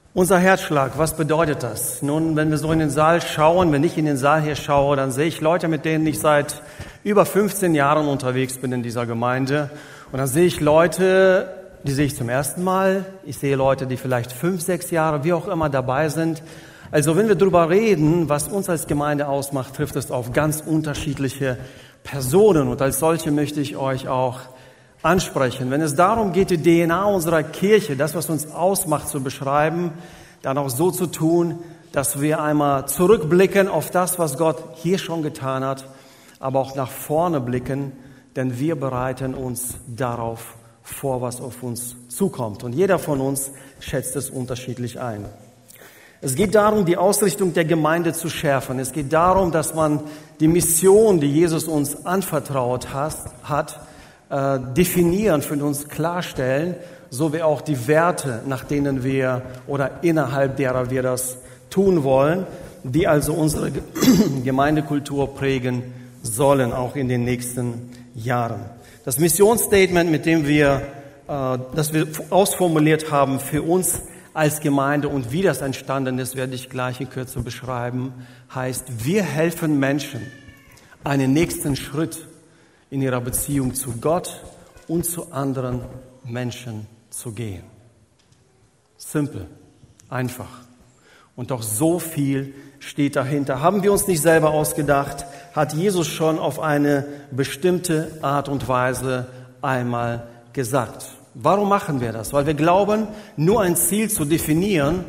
Unser Herzschlag, was bedeutet das? Nun, wenn wir so in den Saal schauen, wenn ich in den Saal hier schaue, dann sehe ich Leute, mit denen ich seit über 15 Jahren unterwegs bin in dieser Gemeinde. Und dann sehe ich Leute, die sehe ich zum ersten Mal. Ich sehe Leute, die vielleicht 5, 6 Jahre, wie auch immer dabei sind. Also wenn wir darüber reden, was uns als Gemeinde ausmacht, trifft es auf ganz unterschiedliche Personen. Und als solche möchte ich euch auch ansprechen. Wenn es darum geht, die DNA unserer Kirche, das, was uns ausmacht, zu beschreiben, dann auch so zu tun, dass wir einmal zurückblicken auf das, was Gott hier schon getan hat, aber auch nach vorne blicken, denn wir bereiten uns darauf vor, was auf uns zukommt. Und jeder von uns schätzt es unterschiedlich ein. Es geht darum, die Ausrichtung der Gemeinde zu schärfen. Es geht darum, dass man die Mission, die Jesus uns anvertraut hat, definieren, für uns klarstellen, so wie auch die Werte, nach denen wir oder innerhalb derer wir das tun wollen, die also unsere Gemeindekultur prägen sollen, auch in den nächsten Jahren. Das Missionsstatement, mit dem das wir ausformuliert haben für uns als Gemeinde und wie das entstanden ist, werde ich gleich in Kürze beschreiben, heißt, wir helfen Menschen, einen nächsten Schritt in ihrer Beziehung zu Gott und zu anderen Menschen zu gehen. Simpel, einfach. Und doch so viel steht dahinter. Haben wir uns nicht selber ausgedacht, hat Jesus schon auf eine bestimmte Art und Weise einmal gesagt. Warum machen wir das? Weil wir glauben, nur ein Ziel zu definieren,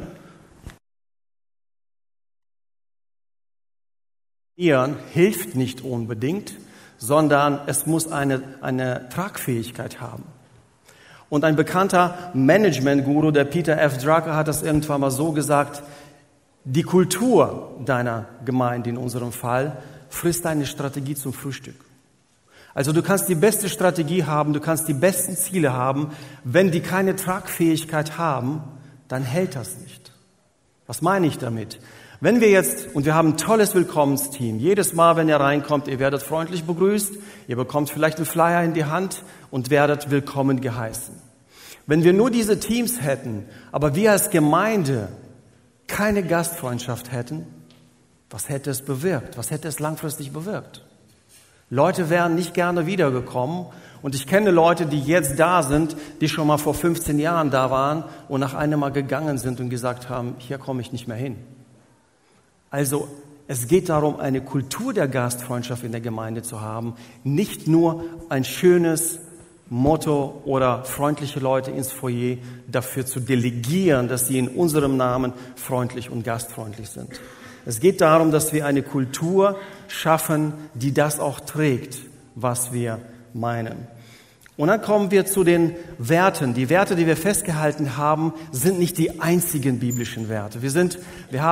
hilft nicht unbedingt, sondern es muss eine Tragfähigkeit haben. Und ein bekannter Management-Guru, der Peter F. Drucker, hat das irgendwann mal so gesagt: Die Kultur deiner Gemeinde, in unserem Fall, frisst deine Strategie zum Frühstück. Also du kannst die beste Strategie haben, du kannst die besten Ziele haben, wenn die keine Tragfähigkeit haben, dann hält das nicht. Was meine ich damit? Wenn wir jetzt, und wir haben ein tolles Willkommensteam, jedes Mal, wenn ihr reinkommt, ihr werdet freundlich begrüßt, ihr bekommt vielleicht einen Flyer in die Hand und werdet willkommen geheißen. Wenn wir nur diese Teams hätten, aber wir als Gemeinde keine Gastfreundschaft hätten, was hätte es bewirkt? Was hätte es langfristig bewirkt? Leute wären nicht gerne wiedergekommen, und ich kenne Leute, die jetzt da sind, die schon mal vor 15 Jahren da waren und nach einem Mal gegangen sind und gesagt haben, hier komme ich nicht mehr hin. Also es geht darum, eine Kultur der Gastfreundschaft in der Gemeinde zu haben, nicht nur ein schönes Motto oder freundliche Leute ins Foyer dafür zu delegieren, dass sie in unserem Namen freundlich und gastfreundlich sind. Es geht darum, dass wir eine Kultur schaffen, die das auch trägt, was wir meinen. Und dann kommen wir zu den Werten. Die Werte, die wir festgehalten haben, sind nicht die einzigen biblischen Werte. Wir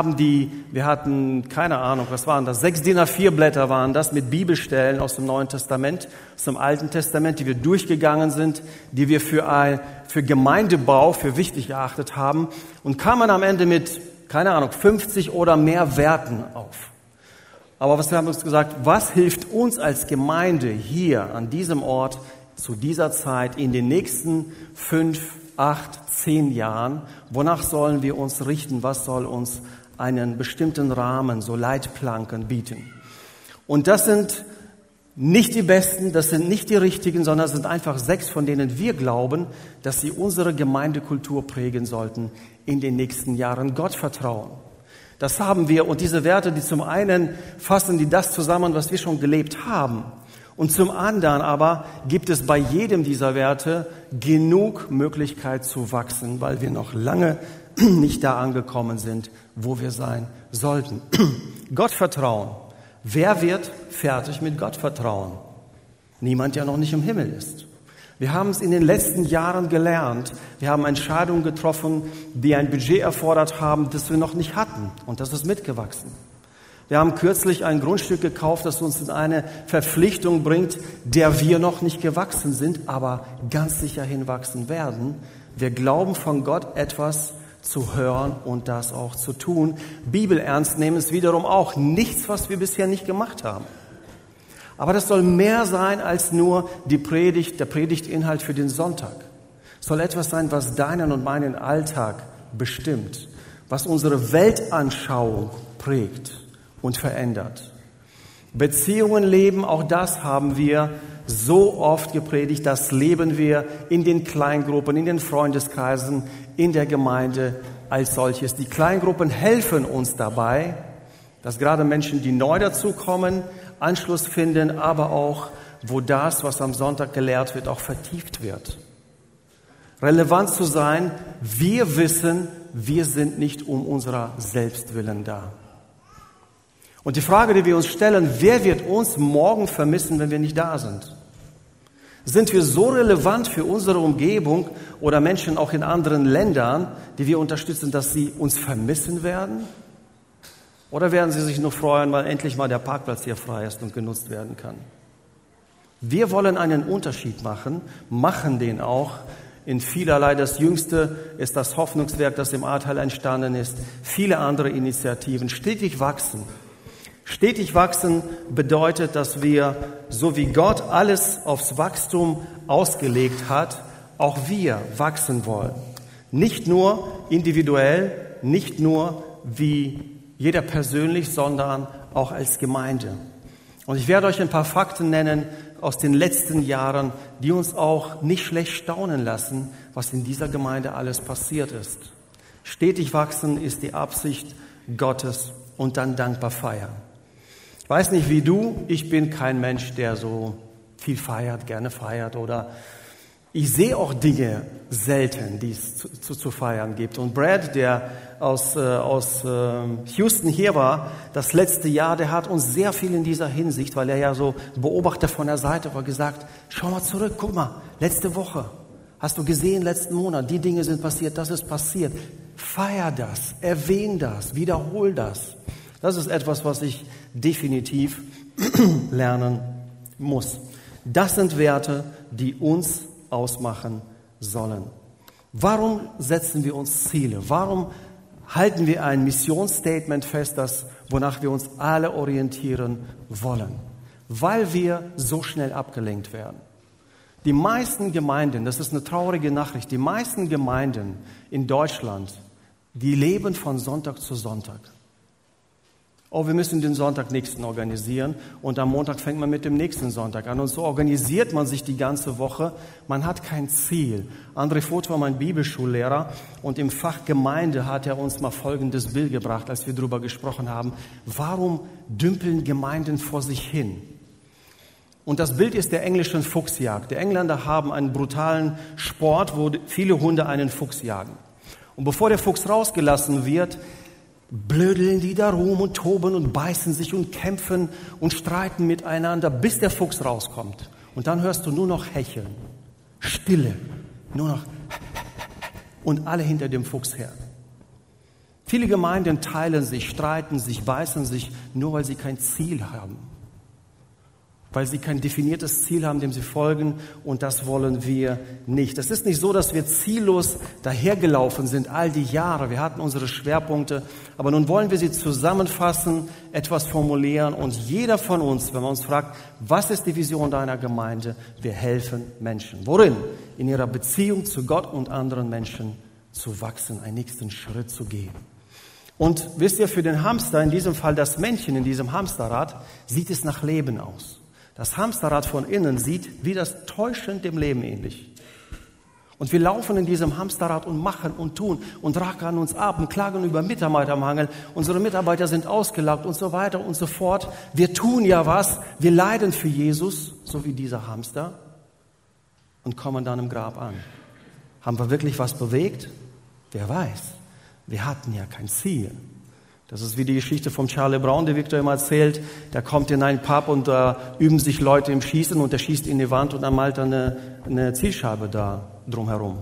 hatten, keine Ahnung, was waren das? 6 DIN A4 Blätter waren das mit Bibelstellen aus dem Neuen Testament, aus dem Alten Testament, die wir durchgegangen sind, die wir für Gemeindebau für wichtig erachtet haben, und kamen am Ende mit, keine Ahnung, 50 oder mehr Werten auf. Aber wir haben uns gesagt, was hilft uns als Gemeinde hier an diesem Ort zu dieser Zeit in den nächsten 5, 8, 10 Jahren? Wonach sollen wir uns richten? Was soll uns einen bestimmten Rahmen, so Leitplanken bieten? Und das sind nicht die besten, das sind nicht die richtigen, sondern es sind einfach 6, von denen wir glauben, dass sie unsere Gemeindekultur prägen sollten in den nächsten Jahren. Gottvertrauen. Das haben wir, und diese Werte, die zum einen fassen die das zusammen, was wir schon gelebt haben. Und zum anderen aber gibt es bei jedem dieser Werte genug Möglichkeit zu wachsen, weil wir noch lange nicht da angekommen sind, wo wir sein sollten. Gottvertrauen. Wer wird fertig mit Gottvertrauen? Niemand, der noch nicht im Himmel ist. Wir haben es in den letzten Jahren gelernt. Wir haben Entscheidungen getroffen, die ein Budget erfordert haben, das wir noch nicht hatten. Und das ist mitgewachsen. Wir haben kürzlich ein Grundstück gekauft, das uns in eine Verpflichtung bringt, der wir noch nicht gewachsen sind, aber ganz sicher hinwachsen werden. Wir glauben von Gott etwas zu hören und das auch zu tun. Bibel ernst nehmen ist wiederum auch nichts, was wir bisher nicht gemacht haben. Aber das soll mehr sein als nur der Predigtinhalt für den Sonntag. Es soll etwas sein, was deinen und meinen Alltag bestimmt, was unsere Weltanschauung prägt und verändert. Beziehungen leben, auch das haben wir so oft gepredigt, das leben wir in den Kleingruppen, in den Freundeskreisen, in der Gemeinde als solches. Die Kleingruppen helfen uns dabei, dass gerade Menschen, die neu dazukommen, Anschluss finden, aber auch, wo das, was am Sonntag gelehrt wird, auch vertieft wird. Relevant zu sein, wir wissen, wir sind nicht um unserer Selbstwillen da. Und die Frage, die wir uns stellen, wer wird uns morgen vermissen, wenn wir nicht da sind? Sind wir so relevant für unsere Umgebung oder Menschen auch in anderen Ländern, die wir unterstützen, dass sie uns vermissen werden? Oder werden sie sich nur freuen, weil endlich mal der Parkplatz hier frei ist und genutzt werden kann? Wir wollen einen Unterschied machen den auch in vielerlei. Das Jüngste ist das Hoffnungswerk, das im Ahrtal entstanden ist. Viele andere Initiativen, stetig wachsen. Stetig wachsen bedeutet, dass wir, so wie Gott alles aufs Wachstum ausgelegt hat, auch wir wachsen wollen. Nicht nur individuell, nicht nur wie jeder persönlich, sondern auch als Gemeinde. Und ich werde euch ein paar Fakten nennen aus den letzten Jahren, die uns auch nicht schlecht staunen lassen, was in dieser Gemeinde alles passiert ist. Stetig wachsen ist die Absicht Gottes und dann dankbar feiern. Ich weiß nicht wie du, ich bin kein Mensch, der so viel feiert, gerne feiert oder ich sehe auch Dinge selten, die es zu feiern gibt. Und Brad, der aus Houston hier war, das letzte Jahr, der hat uns sehr viel in dieser Hinsicht, weil er ja so Beobachter von der Seite war, gesagt, schau mal zurück, guck mal, letzte Woche, hast du gesehen, letzten Monat, die Dinge sind passiert, das ist passiert. Feier das, erwähne das, wiederhol das. Das ist etwas, was ich definitiv lernen muss. Das sind Werte, die uns ausmachen sollen. Warum setzen wir uns Ziele? Warum halten wir ein Missionsstatement fest, wonach wir uns alle orientieren wollen? Weil wir so schnell abgelenkt werden. Die meisten Gemeinden, das ist eine traurige Nachricht, die meisten Gemeinden in Deutschland, die leben von Sonntag zu Sonntag. Oh, wir müssen den Sonntag nächsten organisieren und am Montag fängt man mit dem nächsten Sonntag an. Und so organisiert man sich die ganze Woche. Man hat kein Ziel. André Voth war mein Bibelschullehrer und im Fach Gemeinde hat er uns mal folgendes Bild gebracht, als wir darüber gesprochen haben. Warum dümpeln Gemeinden vor sich hin? Und das Bild ist der englischen Fuchsjagd. Die Engländer haben einen brutalen Sport, wo viele Hunde einen Fuchs jagen. Und bevor der Fuchs rausgelassen wird, blödeln die da rum und toben und beißen sich und kämpfen und streiten miteinander, bis der Fuchs rauskommt. Und dann hörst du nur noch Hecheln, Stille, nur noch und alle hinter dem Fuchs her. Viele Gemeinden teilen sich, streiten sich, beißen sich, nur weil sie kein Ziel haben. Weil sie kein definiertes Ziel haben, dem sie folgen, und das wollen wir nicht. Es ist nicht so, dass wir ziellos dahergelaufen sind all die Jahre. Wir hatten unsere Schwerpunkte, aber nun wollen wir sie zusammenfassen, etwas formulieren, und jeder von uns, wenn man uns fragt, was ist die Vision deiner Gemeinde? Wir helfen Menschen. Worin? In ihrer Beziehung zu Gott und anderen Menschen zu wachsen, einen nächsten Schritt zu gehen. Und wisst ihr, für den Hamster, in diesem Fall das Männchen in diesem Hamsterrad, sieht es nach Leben aus. Das Hamsterrad von innen sieht wie das täuschend dem Leben ähnlich. Und wir laufen in diesem Hamsterrad und machen und tun und rackern uns ab und klagen über Mitarbeitermangel. Unsere Mitarbeiter sind ausgelaugt und so weiter und so fort. Wir tun ja was, wir leiden für Jesus, so wie dieser Hamster, und kommen dann im Grab an. Haben wir wirklich was bewegt? Wer weiß. Wir hatten ja kein Ziel. Das ist wie die Geschichte von Charlie Brown, die Victor immer erzählt. Der kommt in einen Pub und da üben sich Leute im Schießen und der schießt in die Wand und dann malt er eine Zielscheibe da drumherum.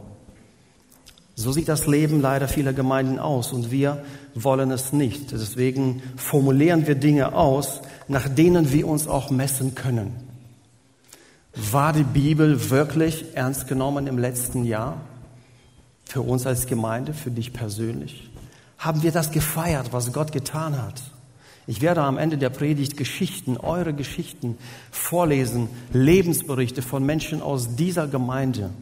So sieht das Leben leider vieler Gemeinden aus und wir wollen es nicht. Deswegen formulieren wir Dinge aus, nach denen wir uns auch messen können. War die Bibel wirklich ernst genommen im letzten Jahr? Für uns als Gemeinde, für dich persönlich? Haben wir das gefeiert, was Gott getan hat? Ich werde am Ende der Predigt eure Geschichten vorlesen, Lebensberichte von Menschen aus dieser Gemeinde,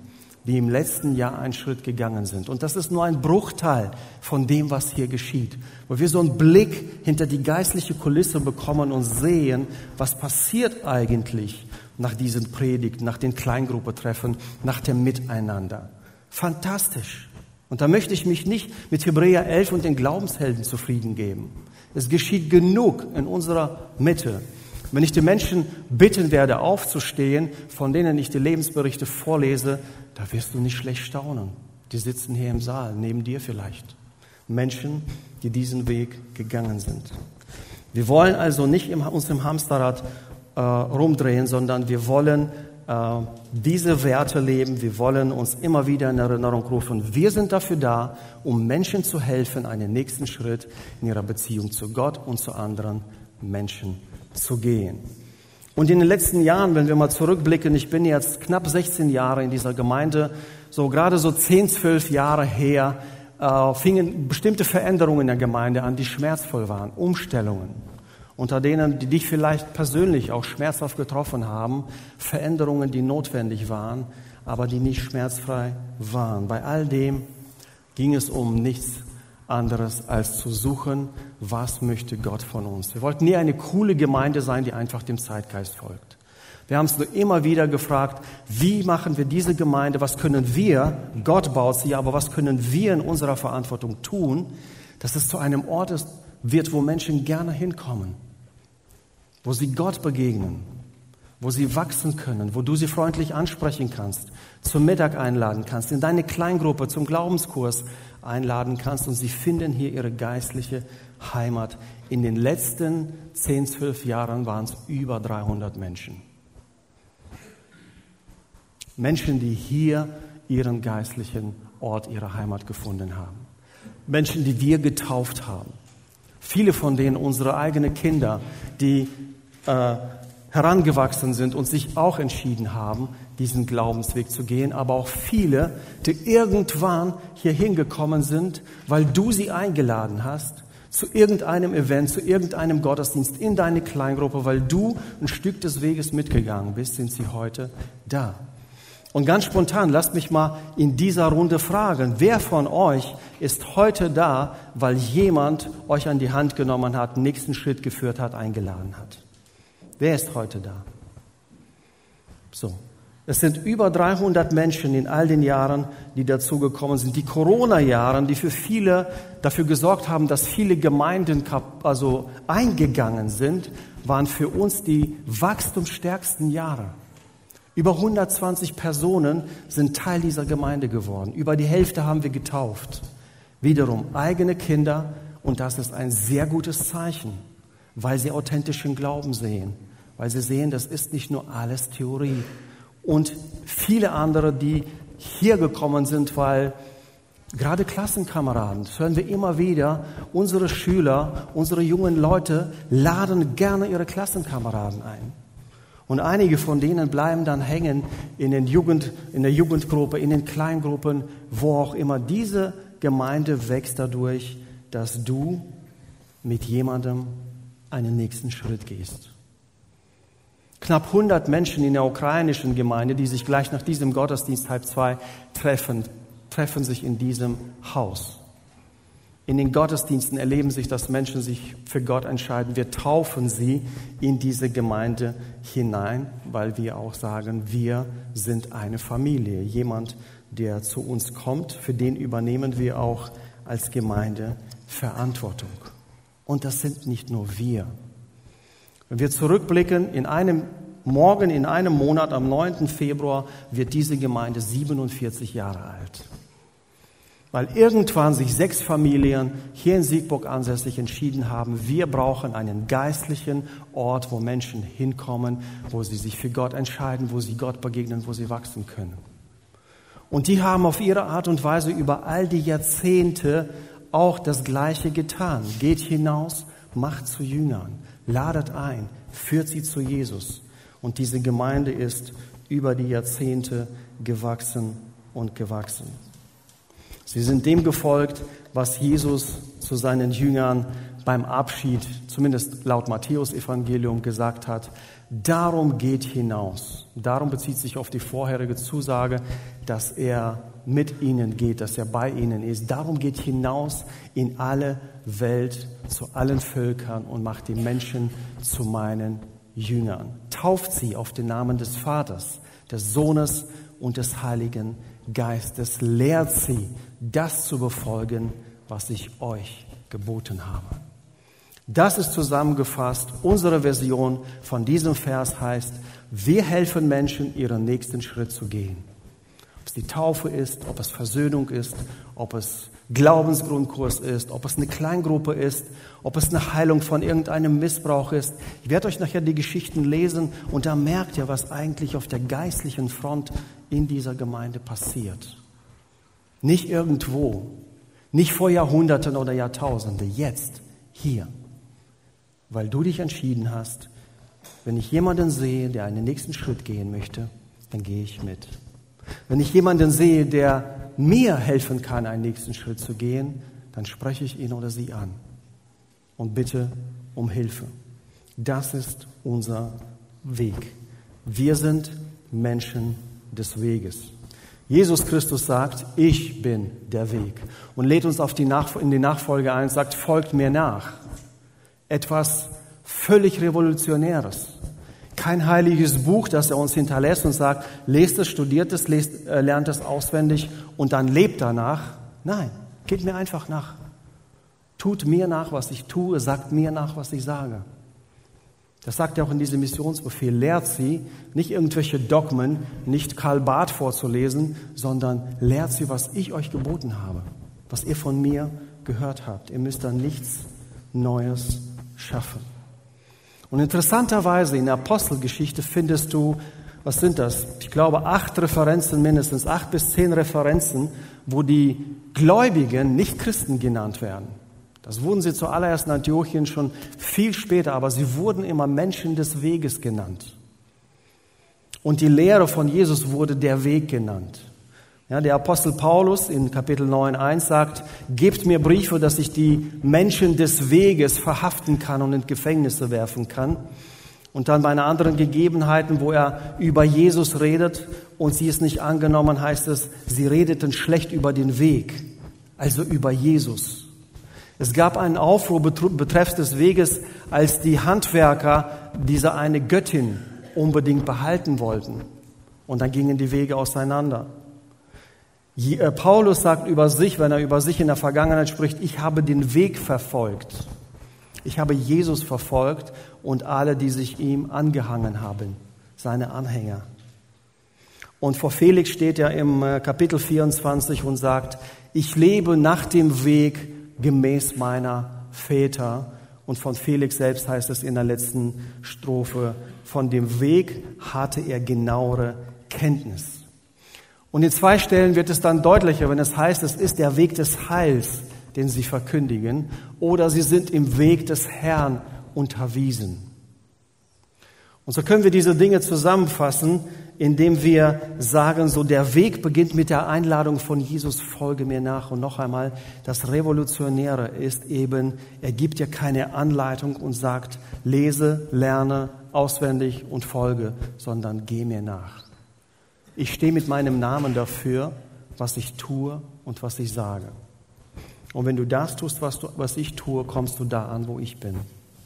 die im letzten Jahr einen Schritt gegangen sind. Und das ist nur ein Bruchteil von dem, was hier geschieht. Wo wir so einen Blick hinter die geistliche Kulisse bekommen und sehen, was passiert eigentlich nach diesen Predigten, nach den Kleingruppentreffen, nach dem Miteinander. Fantastisch. Und da möchte ich mich nicht mit Hebräer 11 und den Glaubenshelden zufrieden geben. Es geschieht genug in unserer Mitte. Wenn ich die Menschen bitten werde, aufzustehen, von denen ich die Lebensberichte vorlese, da wirst du nicht schlecht staunen. Die sitzen hier im Saal, neben dir vielleicht. Menschen, die diesen Weg gegangen sind. Wir wollen also nicht uns im Hamsterrad rumdrehen, sondern wir wollen diese Werte leben. Wir wollen uns immer wieder in Erinnerung rufen. Wir sind dafür da, um Menschen zu helfen, einen nächsten Schritt in ihrer Beziehung zu Gott und zu anderen Menschen zu gehen. Und in den letzten Jahren, wenn wir mal zurückblicken, ich bin jetzt knapp 16 Jahre in dieser Gemeinde, so gerade so 10, 12 Jahre her, fingen bestimmte Veränderungen in der Gemeinde an, die schmerzvoll waren, Umstellungen, unter denen, die dich vielleicht persönlich auch schmerzhaft getroffen haben, Veränderungen, die notwendig waren, aber die nicht schmerzfrei waren. Bei all dem ging es um nichts anderes als zu suchen, was möchte Gott von uns. Wir wollten nie eine coole Gemeinde sein, die einfach dem Zeitgeist folgt. Wir haben es nur immer wieder gefragt, wie machen wir diese Gemeinde, was können wir, Gott baut sie, aber was können wir in unserer Verantwortung tun, dass es zu einem Ort wird, wo Menschen gerne hinkommen, wo sie Gott begegnen, wo sie wachsen können, wo du sie freundlich ansprechen kannst, zum Mittag einladen kannst, in deine Kleingruppe, zum Glaubenskurs einladen kannst und sie finden hier ihre geistliche Heimat. In den letzten 10, 12 Jahren waren es über 300 Menschen. Menschen, die hier ihren geistlichen Ort, ihre Heimat gefunden haben. Menschen, die wir getauft haben. Viele von denen unsere eigenen Kinder, die herangewachsen sind und sich auch entschieden haben, diesen Glaubensweg zu gehen, aber auch viele, die irgendwann hier hingekommen sind, weil du sie eingeladen hast, zu irgendeinem Event, zu irgendeinem Gottesdienst, in deine Kleingruppe, weil du ein Stück des Weges mitgegangen bist, sind sie heute da. Und ganz spontan, lasst mich mal in dieser Runde fragen, wer von euch ist heute da, weil jemand euch an die Hand genommen hat, den nächsten Schritt geführt hat, eingeladen hat? Wer ist heute da? So. Es sind über 300 Menschen in all den Jahren, die dazugekommen sind. Die Corona-Jahren, die für viele dafür gesorgt haben, dass viele Gemeinden eingegangen sind, waren für uns die wachstumsstärksten Jahre. Über 120 Personen sind Teil dieser Gemeinde geworden. Über die Hälfte haben wir getauft. Wiederum eigene Kinder, und das ist ein sehr gutes Zeichen, weil sie authentischen Glauben sehen, weil sie sehen, das ist nicht nur alles Theorie. Und viele andere, die hier gekommen sind, weil gerade Klassenkameraden, das hören wir immer wieder, unsere Schüler, unsere jungen Leute laden gerne ihre Klassenkameraden ein. Und einige von denen bleiben dann hängen in der Jugendgruppe, in den Kleingruppen, wo auch immer. Diese Gemeinde wächst dadurch, dass du mit jemandem einen nächsten Schritt gehst. Knapp 100 Menschen in der ukrainischen Gemeinde, die sich gleich nach diesem Gottesdienst 1:30 treffen sich in diesem Haus. In den Gottesdiensten erleben sich, dass Menschen sich für Gott entscheiden. Wir taufen sie in diese Gemeinde hinein, weil wir auch sagen, wir sind eine Familie. Jemand, der zu uns kommt, für den übernehmen wir auch als Gemeinde Verantwortung. Und das sind nicht nur wir. Wenn wir zurückblicken, in einem Monat, am 9. Februar, wird diese Gemeinde 47 Jahre alt. Weil irgendwann sich 6 Familien hier in Siegburg ansässig entschieden haben, wir brauchen einen geistlichen Ort, wo Menschen hinkommen, wo sie sich für Gott entscheiden, wo sie Gott begegnen, wo sie wachsen können. Und die haben auf ihre Art und Weise über all die Jahrzehnte auch das Gleiche getan. Geht hinaus, macht zu Jüngern, ladet ein, führt sie zu Jesus. Und diese Gemeinde ist über die Jahrzehnte gewachsen und gewachsen. Sie sind dem gefolgt, was Jesus zu seinen Jüngern beim Abschied, zumindest laut Matthäus-Evangelium, gesagt hat, darum geht hinaus. Darum bezieht sich auf die vorherige Zusage, dass er mit ihnen geht, dass er bei ihnen ist. Darum geht hinaus in alle Welt, zu allen Völkern und macht die Menschen zu meinen Jüngern. Tauft sie auf den Namen des Vaters, des Sohnes und des Heiligen Geistes. Lehrt sie, das zu befolgen, was ich euch geboten habe. Das ist zusammengefasst. Unsere Version von diesem Vers heißt, wir helfen Menschen, ihren nächsten Schritt zu gehen. Ob es die Taufe ist, ob es Versöhnung ist, ob es Glaubensgrundkurs ist, ob es eine Kleingruppe ist, ob es eine Heilung von irgendeinem Missbrauch ist. Ich werde euch nachher die Geschichten lesen und da merkt ihr, was eigentlich auf der geistlichen Front in dieser Gemeinde passiert. Nicht irgendwo, nicht vor Jahrhunderten oder Jahrtausende, jetzt, hier. Weil du dich entschieden hast, wenn ich jemanden sehe, der einen nächsten Schritt gehen möchte, dann gehe ich mit. Wenn ich jemanden sehe, der mir helfen kann, einen nächsten Schritt zu gehen, dann spreche ich ihn oder sie an und bitte um Hilfe. Das ist unser Weg. Wir sind Menschen des Weges. Jesus Christus sagt, ich bin der Weg und lädt uns in die Nachfolge ein und sagt, folgt mir nach. Etwas völlig Revolutionäres. Kein heiliges Buch, das er uns hinterlässt und sagt, lest es, studiert es, lernt es auswendig und dann lebt danach. Nein, geht mir einfach nach. Tut mir nach, was ich tue, sagt mir nach, was ich sage. Das sagt er auch in diesem Missionsbefehl. Lehrt sie, nicht irgendwelche Dogmen, nicht Karl Barth vorzulesen, sondern lehrt sie, was ich euch geboten habe, was ihr von mir gehört habt. Ihr müsst dann nichts Neues schaffen. Und interessanterweise in der Apostelgeschichte findest du, was sind das? Ich glaube 8 Referenzen mindestens, 8 bis 10 Referenzen, wo die Gläubigen nicht Christen genannt werden. Das wurden sie zuallererst in Antiochien schon viel später, aber sie wurden immer Menschen des Weges genannt. Und die Lehre von Jesus wurde der Weg genannt. Ja, der Apostel Paulus in Kapitel 9,1 sagt, gebt mir Briefe, dass ich die Menschen des Weges verhaften kann und in Gefängnisse werfen kann. Und dann bei einer anderen Gegebenheiten, wo er über Jesus redet und sie es nicht angenommen, heißt es, sie redeten schlecht über den Weg, also über Jesus. Es gab einen Aufruhr betreffs des Weges, als die Handwerker diese eine Göttin unbedingt behalten wollten. Und dann gingen die Wege auseinander. Paulus sagt über sich, wenn er über sich in der Vergangenheit spricht, ich habe den Weg verfolgt. Ich habe Jesus verfolgt und alle, die sich ihm angehangen haben, seine Anhänger. Und vor Felix steht er im Kapitel 24 und sagt, ich lebe nach dem Weg gemäß meiner Väter. Und von Felix selbst heißt es in der letzten Strophe, von dem Weg hatte er genauere Kenntnis. Und in 2 Stellen wird es dann deutlicher, wenn es heißt, es ist der Weg des Heils, den sie verkündigen, oder sie sind im Weg des Herrn unterwiesen. Und so können wir diese Dinge zusammenfassen, indem wir sagen, so der Weg beginnt mit der Einladung von Jesus, folge mir nach. Und noch einmal, das Revolutionäre ist eben, er gibt dir keine Anleitung und sagt, lese, lerne, auswendig und folge, sondern geh mir nach. Ich stehe mit meinem Namen dafür, was ich tue und was ich sage. Und wenn du das tust, was ich tue, kommst du da an, wo ich bin.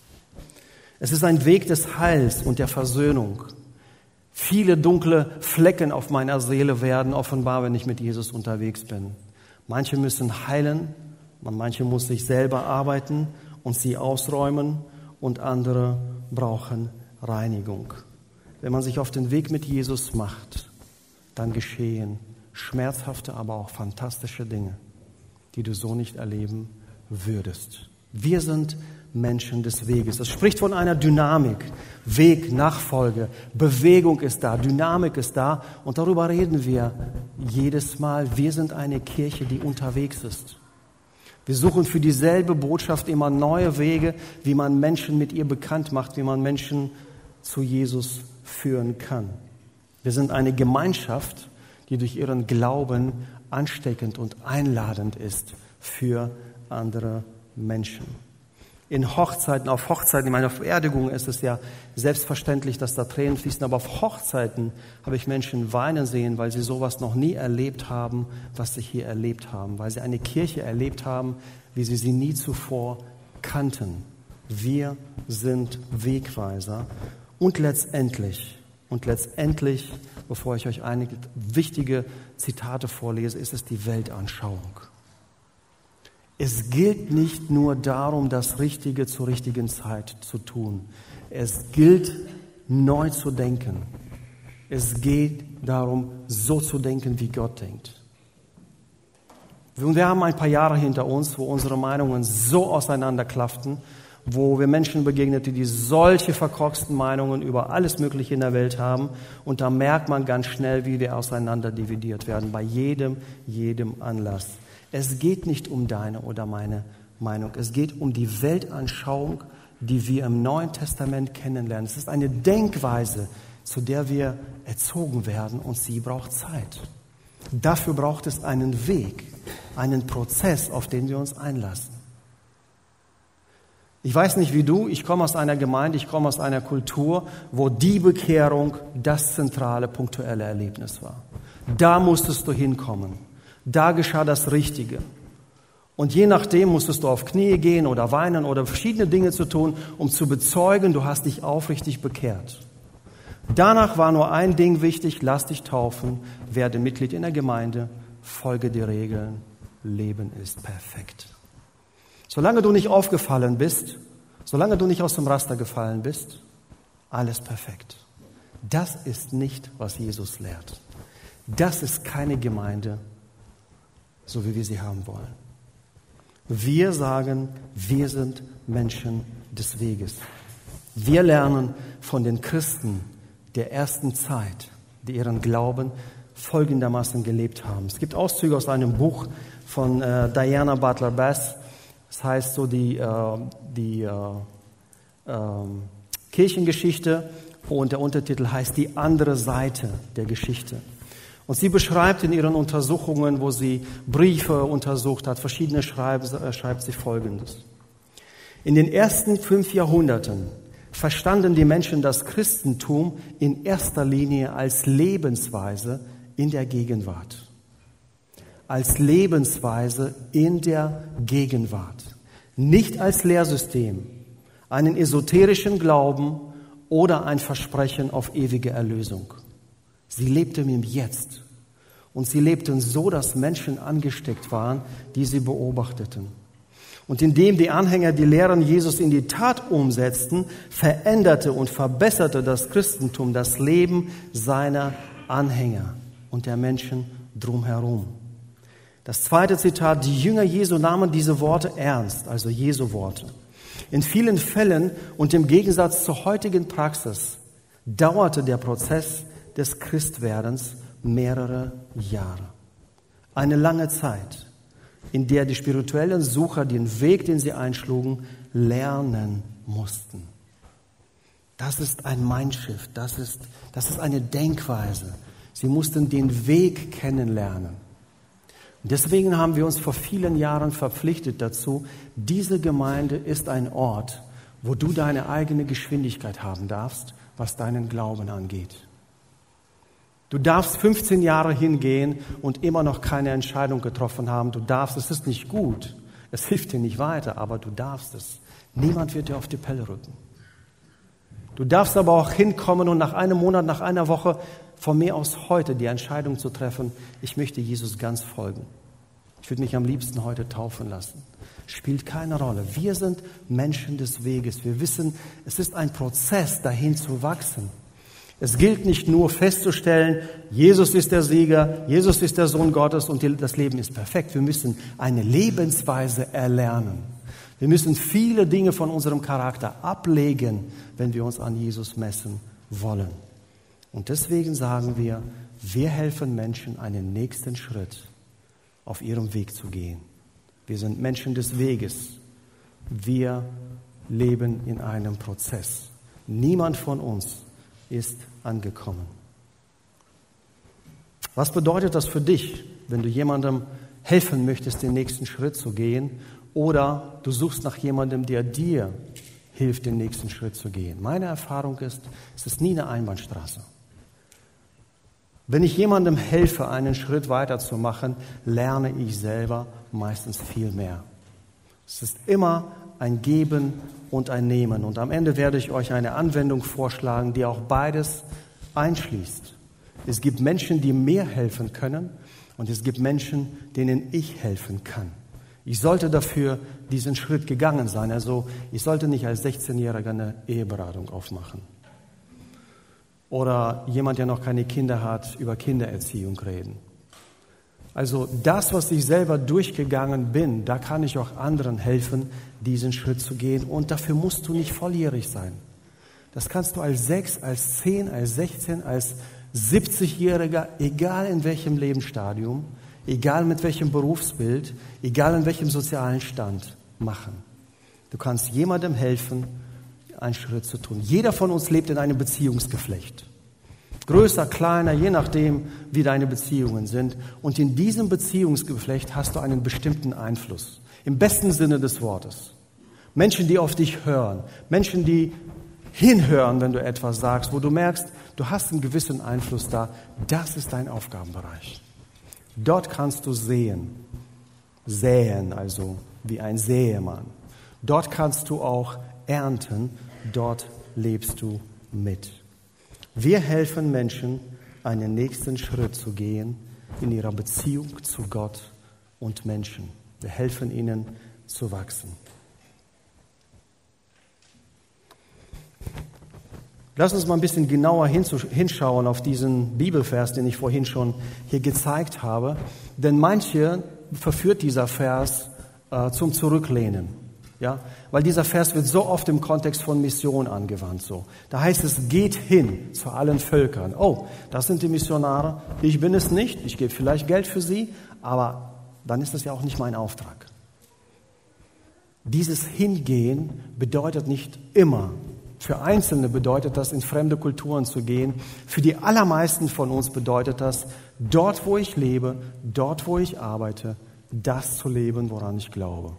Es ist ein Weg des Heils und der Versöhnung. Viele dunkle Flecken auf meiner Seele werden offenbar, wenn ich mit Jesus unterwegs bin. Manche müssen heilen, manche muss sich selber arbeiten und sie ausräumen und andere brauchen Reinigung. Wenn man sich auf den Weg mit Jesus macht, dann geschehen schmerzhafte, aber auch fantastische Dinge, die du so nicht erleben würdest. Wir sind Menschen des Weges. Es spricht von einer Dynamik. Weg, Nachfolge, Bewegung ist da, Dynamik ist da und darüber reden wir jedes Mal. Wir sind eine Kirche, die unterwegs ist. Wir suchen für dieselbe Botschaft immer neue Wege, wie man Menschen mit ihr bekannt macht, wie man Menschen zu Jesus führen kann. Wir sind eine Gemeinschaft, die durch ihren Glauben ansteckend und einladend ist für andere Menschen. Auf Hochzeiten, in meiner Beerdigung ist es ja selbstverständlich, dass da Tränen fließen, aber auf Hochzeiten habe ich Menschen weinen sehen, weil sie sowas noch nie erlebt haben, was sie hier erlebt haben, weil sie eine Kirche erlebt haben, wie sie sie nie zuvor kannten. Wir sind Wegweiser und letztendlich, bevor ich euch einige wichtige Zitate vorlese, ist es die Weltanschauung. Es gilt nicht nur darum, das Richtige zur richtigen Zeit zu tun. Es gilt, neu zu denken. Es geht darum, so zu denken, wie Gott denkt. Und wir haben ein paar Jahre hinter uns, wo unsere Meinungen so auseinanderklafften, wo wir Menschen begegneten, die solche verkorksten Meinungen über alles Mögliche in der Welt haben. Und da merkt man ganz schnell, wie wir auseinander dividiert werden, bei jedem Anlass. Es geht nicht um deine oder meine Meinung. Es geht um die Weltanschauung, die wir im Neuen Testament kennenlernen. Es ist eine Denkweise, zu der wir erzogen werden, und sie braucht Zeit. Dafür braucht es einen Weg, einen Prozess, auf den wir uns einlassen. Ich weiß nicht wie du, ich komme aus einer Gemeinde, ich komme aus einer Kultur, wo die Bekehrung das zentrale, punktuelle Erlebnis war. Da musstest du hinkommen. Da geschah das Richtige. Und je nachdem musstest du auf Knie gehen oder weinen oder verschiedene Dinge zu tun, um zu bezeugen, du hast dich aufrichtig bekehrt. Danach war nur ein Ding wichtig: lass dich taufen, werde Mitglied in der Gemeinde, folge die Regeln, Leben ist perfekt. Solange du nicht aufgefallen bist, solange du nicht aus dem Raster gefallen bist, alles perfekt. Das ist nicht, was Jesus lehrt. Das ist keine Gemeinde, so wie wir sie haben wollen. Wir sagen, wir sind Menschen des Weges. Wir lernen von den Christen der ersten Zeit, die ihren Glauben folgendermaßen gelebt haben. Es gibt Auszüge aus einem Buch von Diana Butler Bass. Das heißt so die Kirchengeschichte, und der Untertitel heißt Die andere Seite der Geschichte. Und sie beschreibt in ihren Untersuchungen, wo sie Briefe untersucht hat, verschiedene schreibt sie Folgendes. In den ersten 5 Jahrhunderten verstanden die Menschen das Christentum in erster Linie als Lebensweise in der Gegenwart. Als Lebensweise in der Gegenwart. Nicht als Lehrsystem, einen esoterischen Glauben oder ein Versprechen auf ewige Erlösung. Sie lebten im Jetzt. Und sie lebten so, dass Menschen angesteckt waren, die sie beobachteten. Und indem die Anhänger die Lehren Jesus in die Tat umsetzten, veränderte und verbesserte das Christentum das Leben seiner Anhänger und der Menschen drumherum. Das zweite Zitat: Die Jünger Jesu nahmen diese Worte ernst, also Jesu Worte. In vielen Fällen und im Gegensatz zur heutigen Praxis dauerte der Prozess des Christwerdens mehrere Jahre. Eine lange Zeit, in der die spirituellen Sucher den Weg, den sie einschlugen, lernen mussten. Das ist ein Mindshift, das ist eine Denkweise. Sie mussten den Weg kennenlernen. Und deswegen haben wir uns vor vielen Jahren verpflichtet dazu, diese Gemeinde ist ein Ort, wo du deine eigene Geschwindigkeit haben darfst, was deinen Glauben angeht. Du darfst 15 Jahre hingehen und immer noch keine Entscheidung getroffen haben. Du darfst, es ist nicht gut, es hilft dir nicht weiter, aber du darfst es. Niemand wird dir auf die Pelle rücken. Du darfst aber auch hinkommen und nach einem Monat, nach einer Woche, von mir aus heute die Entscheidung zu treffen, ich möchte Jesus ganz folgen. Ich würde mich am liebsten heute taufen lassen. Spielt keine Rolle. Wir sind Menschen des Weges. Wir wissen, es ist ein Prozess, dahin zu wachsen. Es gilt nicht nur festzustellen, Jesus ist der Sieger, Jesus ist der Sohn Gottes und das Leben ist perfekt. Wir müssen eine Lebensweise erlernen. Wir müssen viele Dinge von unserem Charakter ablegen, wenn wir uns an Jesus messen wollen. Und deswegen sagen wir, wir helfen Menschen, einen nächsten Schritt auf ihrem Weg zu gehen. Wir sind Menschen des Weges. Wir leben in einem Prozess. Niemand von uns ist angekommen. Was bedeutet das für dich, wenn du jemandem helfen möchtest, den nächsten Schritt zu gehen oder du suchst nach jemandem, der dir hilft, den nächsten Schritt zu gehen. Meine Erfahrung ist, es ist nie eine Einbahnstraße. Wenn ich jemandem helfe, einen Schritt weiterzumachen, lerne ich selber meistens viel mehr. Es ist immer ein Geben und ein Nehmen. Und am Ende werde ich euch eine Anwendung vorschlagen, die auch beides einschließt. Es gibt Menschen, die mir helfen können, und es gibt Menschen, denen ich helfen kann. Ich sollte dafür diesen Schritt gegangen sein. Also ich sollte nicht als 16-Jähriger eine Eheberatung aufmachen. Oder jemand, der noch keine Kinder hat, über Kindererziehung reden. Also das, was ich selber durchgegangen bin, da kann ich auch anderen helfen, diesen Schritt zu gehen. Und dafür musst du nicht volljährig sein. Das kannst du als 6, als 10, als 16, als 70-Jähriger, egal in welchem Lebensstadium, egal mit welchem Berufsbild, egal in welchem sozialen Stand machen. Du kannst jemandem helfen, einen Schritt zu tun. Jeder von uns lebt in einem Beziehungsgeflecht. Größer, kleiner, je nachdem, wie deine Beziehungen sind. Und in diesem Beziehungsgeflecht hast du einen bestimmten Einfluss. Im besten Sinne des Wortes. Menschen, die auf dich hören. Menschen, die hinhören, wenn du etwas sagst, wo du merkst, du hast einen gewissen Einfluss da. Das ist dein Aufgabenbereich. Dort kannst du säen, also wie ein Säemann. Dort kannst du auch ernten, dort lebst du mit. Wir helfen Menschen, einen nächsten Schritt zu gehen in ihrer Beziehung zu Gott und Menschen. Wir helfen ihnen zu wachsen. Lass uns mal ein bisschen genauer hinschauen auf diesen Bibelvers, den ich vorhin schon hier gezeigt habe. Denn manche verführt dieser Vers zum Zurücklehnen. Ja? Weil dieser Vers wird so oft im Kontext von Mission angewandt. So. Da heißt es, geht hin zu allen Völkern. Oh, das sind die Missionare. Ich bin es nicht. Ich gebe vielleicht Geld für sie. Aber dann ist das ja auch nicht mein Auftrag. Dieses Hingehen bedeutet nicht immer, für Einzelne bedeutet das, in fremde Kulturen zu gehen. Für die allermeisten von uns bedeutet das, dort, wo ich lebe, dort, wo ich arbeite, das zu leben, woran ich glaube.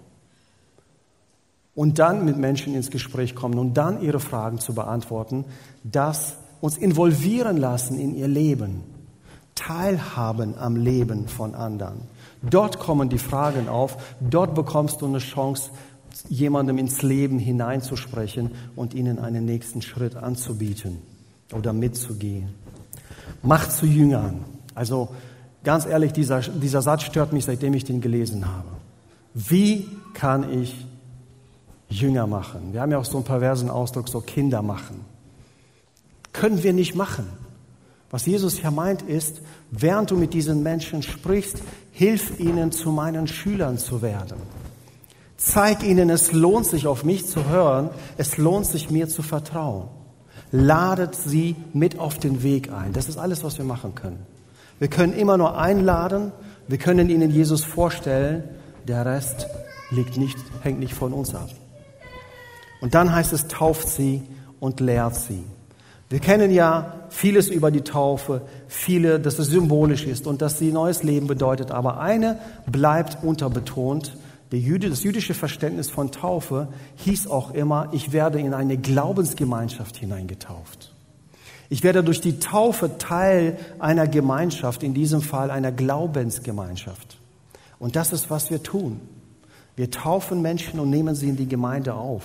Und dann mit Menschen ins Gespräch kommen und dann ihre Fragen zu beantworten, das uns involvieren lassen in ihr Leben, teilhaben am Leben von anderen. Dort kommen die Fragen auf, dort bekommst du eine Chance, jemandem ins Leben hineinzusprechen und ihnen einen nächsten Schritt anzubieten oder mitzugehen. Macht zu Jüngern. Also ganz ehrlich, dieser Satz stört mich, seitdem ich den gelesen habe. Wie kann ich Jünger machen? Wir haben ja auch so einen perversen Ausdruck, so Kinder machen. Können wir nicht machen. Was Jesus hier meint ist, während du mit diesen Menschen sprichst, hilf ihnen, zu meinen Schülern zu werden. Zeig ihnen, es lohnt sich, auf mich zu hören, es lohnt sich, mir zu vertrauen. Ladet sie mit auf den Weg ein. Das ist alles, was wir machen können. Wir können immer nur einladen, wir können ihnen Jesus vorstellen, der Rest hängt nicht von uns ab. Und dann heißt es, tauft sie und lehrt sie. Wir kennen ja vieles über die Taufe, dass es symbolisch ist und dass sie neues Leben bedeutet. Aber eine bleibt unterbetont. Das jüdische Verständnis von Taufe hieß auch immer, ich werde in eine Glaubensgemeinschaft hineingetauft. Ich werde durch die Taufe Teil einer Gemeinschaft, in diesem Fall einer Glaubensgemeinschaft. Und das ist, was wir tun. Wir taufen Menschen und nehmen sie in die Gemeinde auf.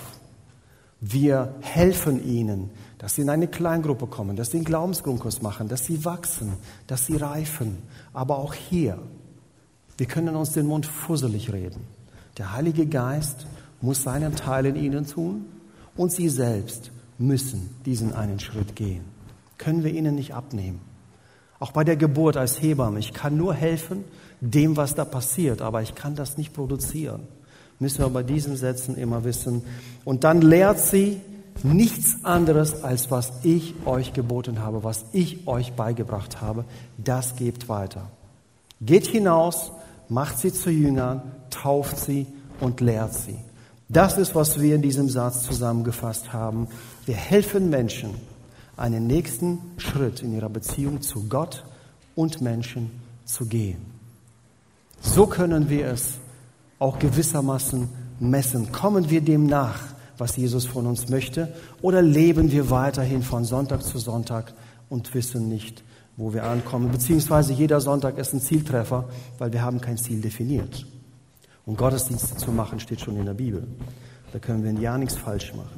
Wir helfen ihnen, dass sie in eine Kleingruppe kommen, dass sie einen Glaubensgrundkurs machen, dass sie wachsen, dass sie reifen. Aber auch hier, wir können uns den Mund fusselig reden. Der Heilige Geist muss seinen Teil in ihnen tun und sie selbst müssen diesen einen Schritt gehen. Können wir ihnen nicht abnehmen. Auch bei der Geburt als Hebamme, ich kann nur helfen dem, was da passiert, aber ich kann das nicht produzieren. Müssen wir bei diesen Sätzen immer wissen. Und dann lehrt sie nichts anderes, als was ich euch geboten habe, was ich euch beigebracht habe. Das gebt weiter. Geht hinaus, macht sie zu Jüngern, tauft sie und lehrt sie. Das ist, was wir in diesem Satz zusammengefasst haben. Wir helfen Menschen, einen nächsten Schritt in ihrer Beziehung zu Gott und Menschen zu gehen. So können wir es auch gewissermaßen messen? Kommen wir dem nach, was Jesus von uns möchte? Oder leben wir weiterhin von Sonntag zu Sonntag und wissen nicht, wo wir ankommen? Beziehungsweise jeder Sonntag ist ein Zieltreffer, weil wir haben kein Ziel definiert. Und Gottesdienste zu machen, steht schon in der Bibel. Da können wir ja nichts falsch machen.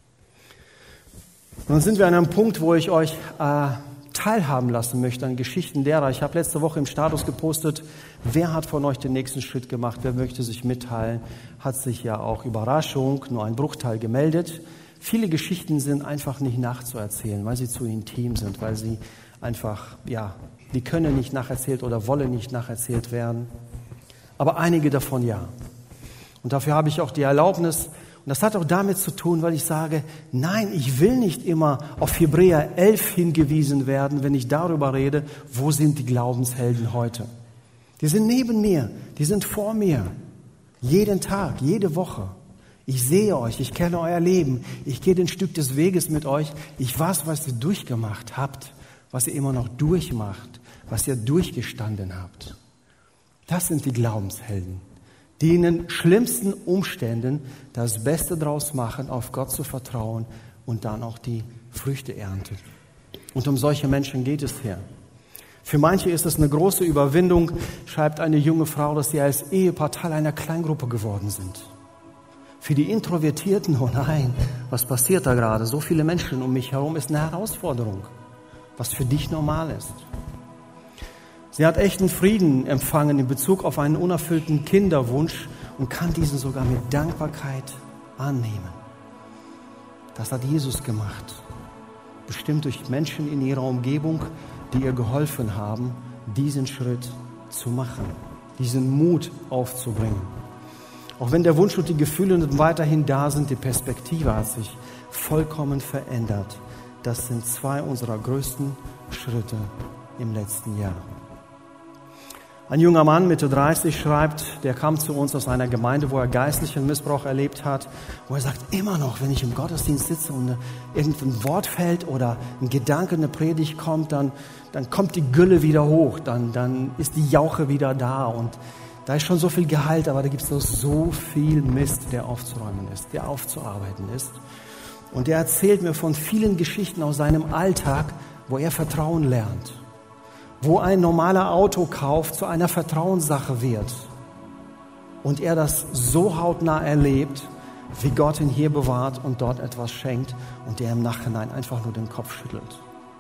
Und dann sind wir an einem Punkt, wo ich euch teilhaben lassen möchte an Geschichten derer. Ich habe letzte Woche im Status gepostet, wer hat von euch den nächsten Schritt gemacht, wer möchte sich mitteilen, hat sich ja auch Überraschung, nur ein Bruchteil gemeldet. Viele Geschichten sind einfach nicht nachzuerzählen, weil sie zu intim sind, weil sie einfach, die können nicht nacherzählt oder wollen nicht nacherzählt werden. Aber einige davon ja. Und dafür habe ich auch die Erlaubnis. Und das hat auch damit zu tun, weil ich sage, nein, ich will nicht immer auf Hebräer 11 hingewiesen werden, wenn ich darüber rede, wo sind die Glaubenshelden heute. Die sind neben mir, die sind vor mir. Jeden Tag, jede Woche. Ich sehe euch, ich kenne euer Leben. Ich gehe ein Stück des Weges mit euch. Ich weiß, was ihr durchgemacht habt, was ihr immer noch durchmacht, was ihr durchgestanden habt. Das sind die Glaubenshelden, die in den schlimmsten Umständen das Beste draus machen, auf Gott zu vertrauen und dann auch die Früchte ernten. Und um solche Menschen geht es hier. Für manche ist es eine große Überwindung, schreibt eine junge Frau, dass sie als Ehepaar Teil einer Kleingruppe geworden sind. Für die Introvertierten, oh nein, was passiert da gerade? So viele Menschen um mich herum ist eine Herausforderung, was für dich normal ist. Sie hat echten Frieden empfangen in Bezug auf einen unerfüllten Kinderwunsch und kann diesen sogar mit Dankbarkeit annehmen. Das hat Jesus gemacht, bestimmt durch Menschen in ihrer Umgebung, die ihr geholfen haben, diesen Schritt zu machen, diesen Mut aufzubringen. Auch wenn der Wunsch und die Gefühle weiterhin da sind, die Perspektive hat sich vollkommen verändert. Das sind 2 unserer größten Schritte im letzten Jahr. Ein junger Mann, Mitte 30, schreibt, der kam zu uns aus einer Gemeinde, wo er geistlichen Missbrauch erlebt hat, wo er sagt, immer noch, wenn ich im Gottesdienst sitze und irgendein Wort fällt oder ein Gedanke, eine Predigt kommt, dann kommt die Gülle wieder hoch, dann ist die Jauche wieder da und da ist schon so viel Gehalt, aber da gibt es noch so viel Mist, der aufzuräumen ist, der aufzuarbeiten ist. Und er erzählt mir von vielen Geschichten aus seinem Alltag, wo er Vertrauen lernt. Wo ein normaler Autokauf zu einer Vertrauenssache wird und er das so hautnah erlebt, wie Gott ihn hier bewahrt und dort etwas schenkt und der im Nachhinein einfach nur den Kopf schüttelt.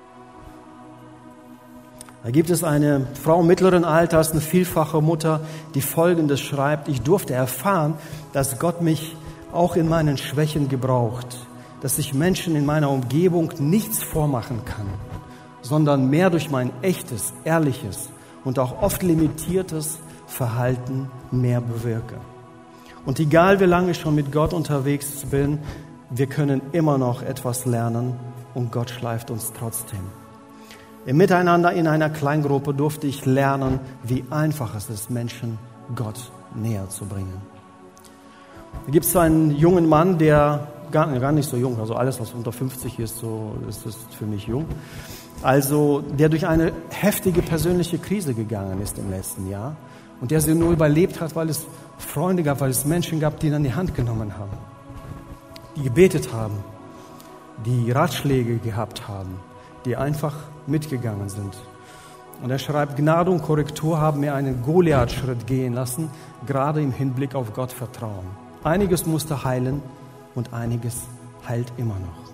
Da gibt es eine Frau mittleren Alters, eine vielfache Mutter, die Folgendes schreibt: Ich durfte erfahren, dass Gott mich auch in meinen Schwächen gebraucht, dass ich Menschen in meiner Umgebung nichts vormachen kann, sondern mehr durch mein echtes, ehrliches und auch oft limitiertes Verhalten mehr bewirke. Und egal wie lange ich schon mit Gott unterwegs bin, wir können immer noch etwas lernen und Gott schleift uns trotzdem. Im Miteinander in einer Kleingruppe durfte ich lernen, wie einfach es ist, Menschen Gott näher zu bringen. Da gibt es einen jungen Mann, der gar nicht so jung, also alles, was unter 50 ist, so ist es für mich jung. Also der durch eine heftige persönliche Krise gegangen ist im letzten Jahr und der sie nur überlebt hat, weil es Freunde gab, weil es Menschen gab, die ihn an die Hand genommen haben, die gebetet haben, die Ratschläge gehabt haben, die einfach mitgegangen sind. Und er schreibt, Gnade und Korrektur haben mir einen Goliath-Schritt gehen lassen, gerade im Hinblick auf Gott vertrauen. Einiges musste heilen und einiges heilt immer noch.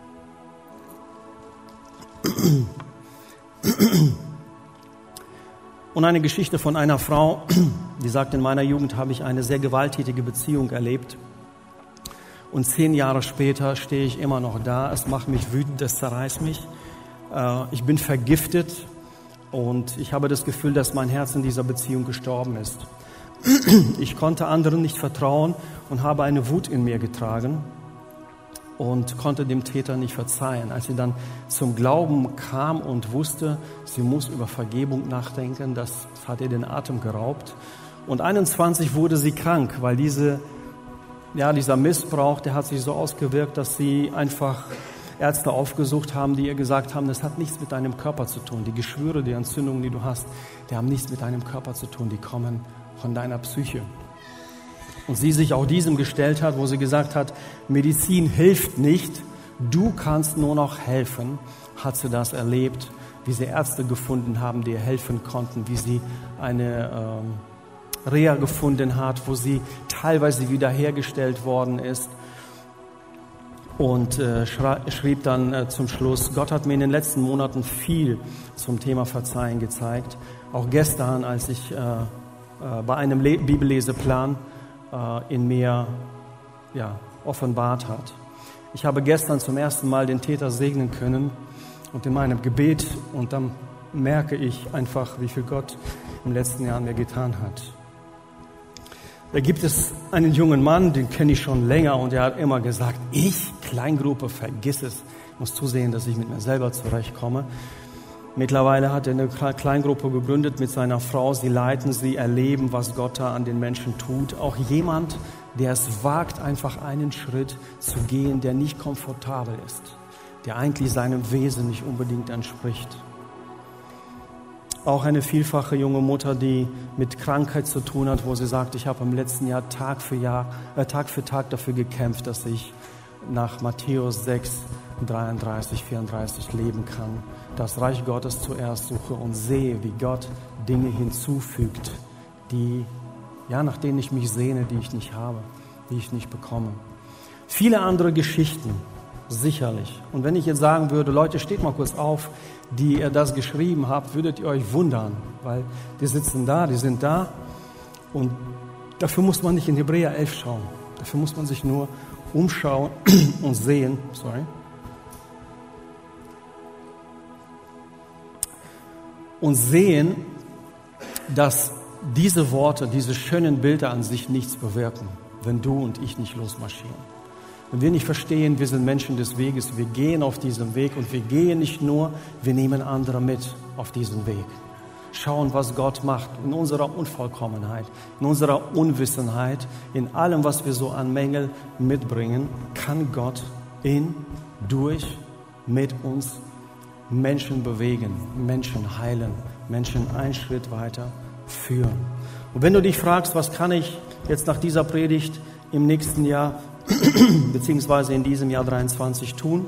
Und eine Geschichte von einer Frau, die sagt, in meiner Jugend habe ich eine sehr gewalttätige Beziehung erlebt. Und 10 Jahre später stehe ich immer noch da. Es macht mich wütend, es zerreißt mich. Ich bin vergiftet und ich habe das Gefühl, dass mein Herz in dieser Beziehung gestorben ist. Ich konnte anderen nicht vertrauen und habe eine Wut in mir getragen und konnte dem Täter nicht verzeihen. Als sie dann zum Glauben kam und wusste, sie muss über Vergebung nachdenken, das hat ihr den Atem geraubt. Und 21 wurde sie krank, weil dieser Missbrauch, der hat sich so ausgewirkt, dass sie einfach Ärzte aufgesucht haben, die ihr gesagt haben, das hat nichts mit deinem Körper zu tun. Die Geschwüre, die Entzündungen, die du hast, die haben nichts mit deinem Körper zu tun, die kommen von deiner Psyche. und sie sich auch diesem gestellt hat, wo sie gesagt hat, Medizin hilft nicht, du kannst nur noch helfen, hat sie das erlebt, wie sie Ärzte gefunden haben, die ihr helfen konnten, wie sie eine Reha gefunden hat, wo sie teilweise wiederhergestellt worden ist. Und schrieb dann zum Schluss, Gott hat mir in den letzten Monaten viel zum Thema Verzeihen gezeigt. Auch gestern, als ich bei einem Bibelleseplan in mir offenbart hat. Ich habe gestern zum ersten Mal den Täter segnen können und in meinem Gebet, und dann merke ich einfach, wie viel Gott im letzten Jahr an mir getan hat. Da gibt es einen jungen Mann, den kenne ich schon länger, und er hat immer gesagt, Kleingruppe, vergiss es, ich muss zusehen, dass ich mit mir selber zurechtkomme. Mittlerweile hat er eine Kleingruppe gegründet mit seiner Frau, sie leiten, sie erleben, was Gott da an den Menschen tut. Auch jemand, der es wagt, einfach einen Schritt zu gehen, der nicht komfortabel ist, der eigentlich seinem Wesen nicht unbedingt entspricht. Auch eine vielfache junge Mutter, die mit Krankheit zu tun hat, wo sie sagt, ich habe im letzten Jahr Tag für Tag dafür gekämpft, dass ich nach Matthäus 6, 33, 34 leben kann. Das Reich Gottes zuerst suche und sehe, wie Gott Dinge hinzufügt, nach denen ich mich sehne, die ich nicht habe, die ich nicht bekomme. Viele andere Geschichten, sicherlich. Und wenn ich jetzt sagen würde, Leute, steht mal kurz auf, die ihr das geschrieben habt, würdet ihr euch wundern, weil die sitzen da, die sind da. Und dafür muss man nicht in Hebräer 11 schauen. Dafür muss man sich nur umschauen und sehen, und sehen, dass diese Worte, diese schönen Bilder an sich nichts bewirken, wenn du und ich nicht losmarschieren. Wenn wir nicht verstehen, wir sind Menschen des Weges, wir gehen auf diesem Weg, und wir gehen nicht nur, wir nehmen andere mit auf diesen Weg. Schauen, was Gott macht in unserer Unvollkommenheit, in unserer Unwissenheit, in allem, was wir so an Mängeln mitbringen, kann Gott mit uns Menschen bewegen, Menschen heilen, Menschen einen Schritt weiter führen. Und wenn du dich fragst, was kann ich jetzt nach dieser Predigt im nächsten Jahr beziehungsweise in diesem Jahr 23 tun,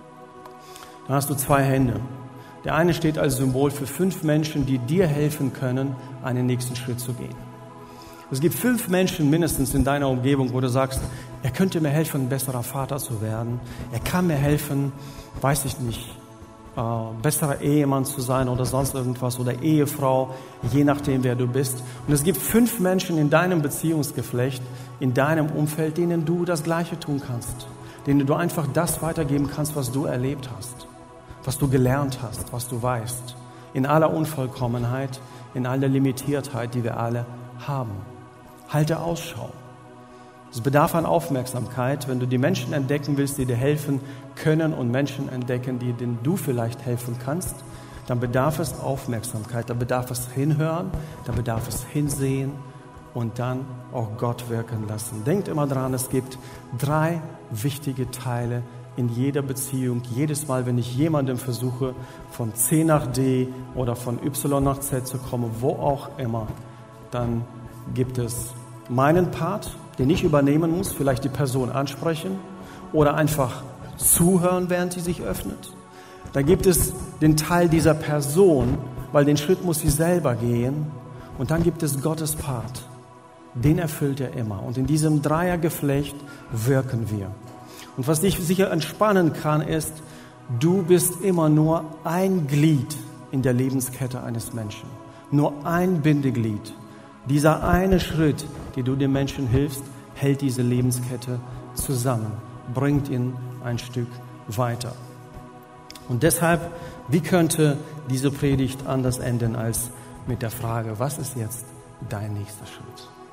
dann hast du 2 Hände. Der eine steht als Symbol für 5 Menschen, die dir helfen können, einen nächsten Schritt zu gehen. Es gibt 5 Menschen mindestens in deiner Umgebung, wo du sagst, er könnte mir helfen, ein besserer Vater zu werden. Er kann mir helfen, weiß ich nicht, besserer Ehemann zu sein oder sonst irgendwas oder Ehefrau, je nachdem, wer du bist. Und es gibt 5 Menschen in deinem Beziehungsgeflecht, in deinem Umfeld, denen du das Gleiche tun kannst, denen du einfach das weitergeben kannst, was du erlebt hast, was du gelernt hast, was du weißt, in aller Unvollkommenheit, in aller Limitiertheit, die wir alle haben. Halte Ausschau. Es bedarf an Aufmerksamkeit, wenn du die Menschen entdecken willst, die dir helfen können, und Menschen entdecken, denen du vielleicht helfen kannst, dann bedarf es Aufmerksamkeit, da bedarf es Hinhören, da bedarf es Hinsehen und dann auch Gott wirken lassen. Denkt immer dran, es gibt 3 wichtige Teile in jeder Beziehung. Jedes Mal, wenn ich jemandem versuche, von C nach D oder von Y nach Z zu kommen, wo auch immer, dann gibt es meinen Part, den ich übernehmen muss, vielleicht die Person ansprechen oder einfach zuhören, während sie sich öffnet. Da gibt es den Teil dieser Person, weil den Schritt muss sie selber gehen. Und dann gibt es Gottes Part. Den erfüllt er immer. Und in diesem Dreiergeflecht wirken wir. Und was dich sicher entspannen kann, ist, du bist immer nur ein Glied in der Lebenskette eines Menschen. Nur ein Bindeglied. Dieser eine Schritt, den du dem Menschen hilfst, hält diese Lebenskette zusammen, bringt ihn ein Stück weiter. Und deshalb, wie könnte diese Predigt anders enden als mit der Frage, was ist jetzt dein nächster Schritt?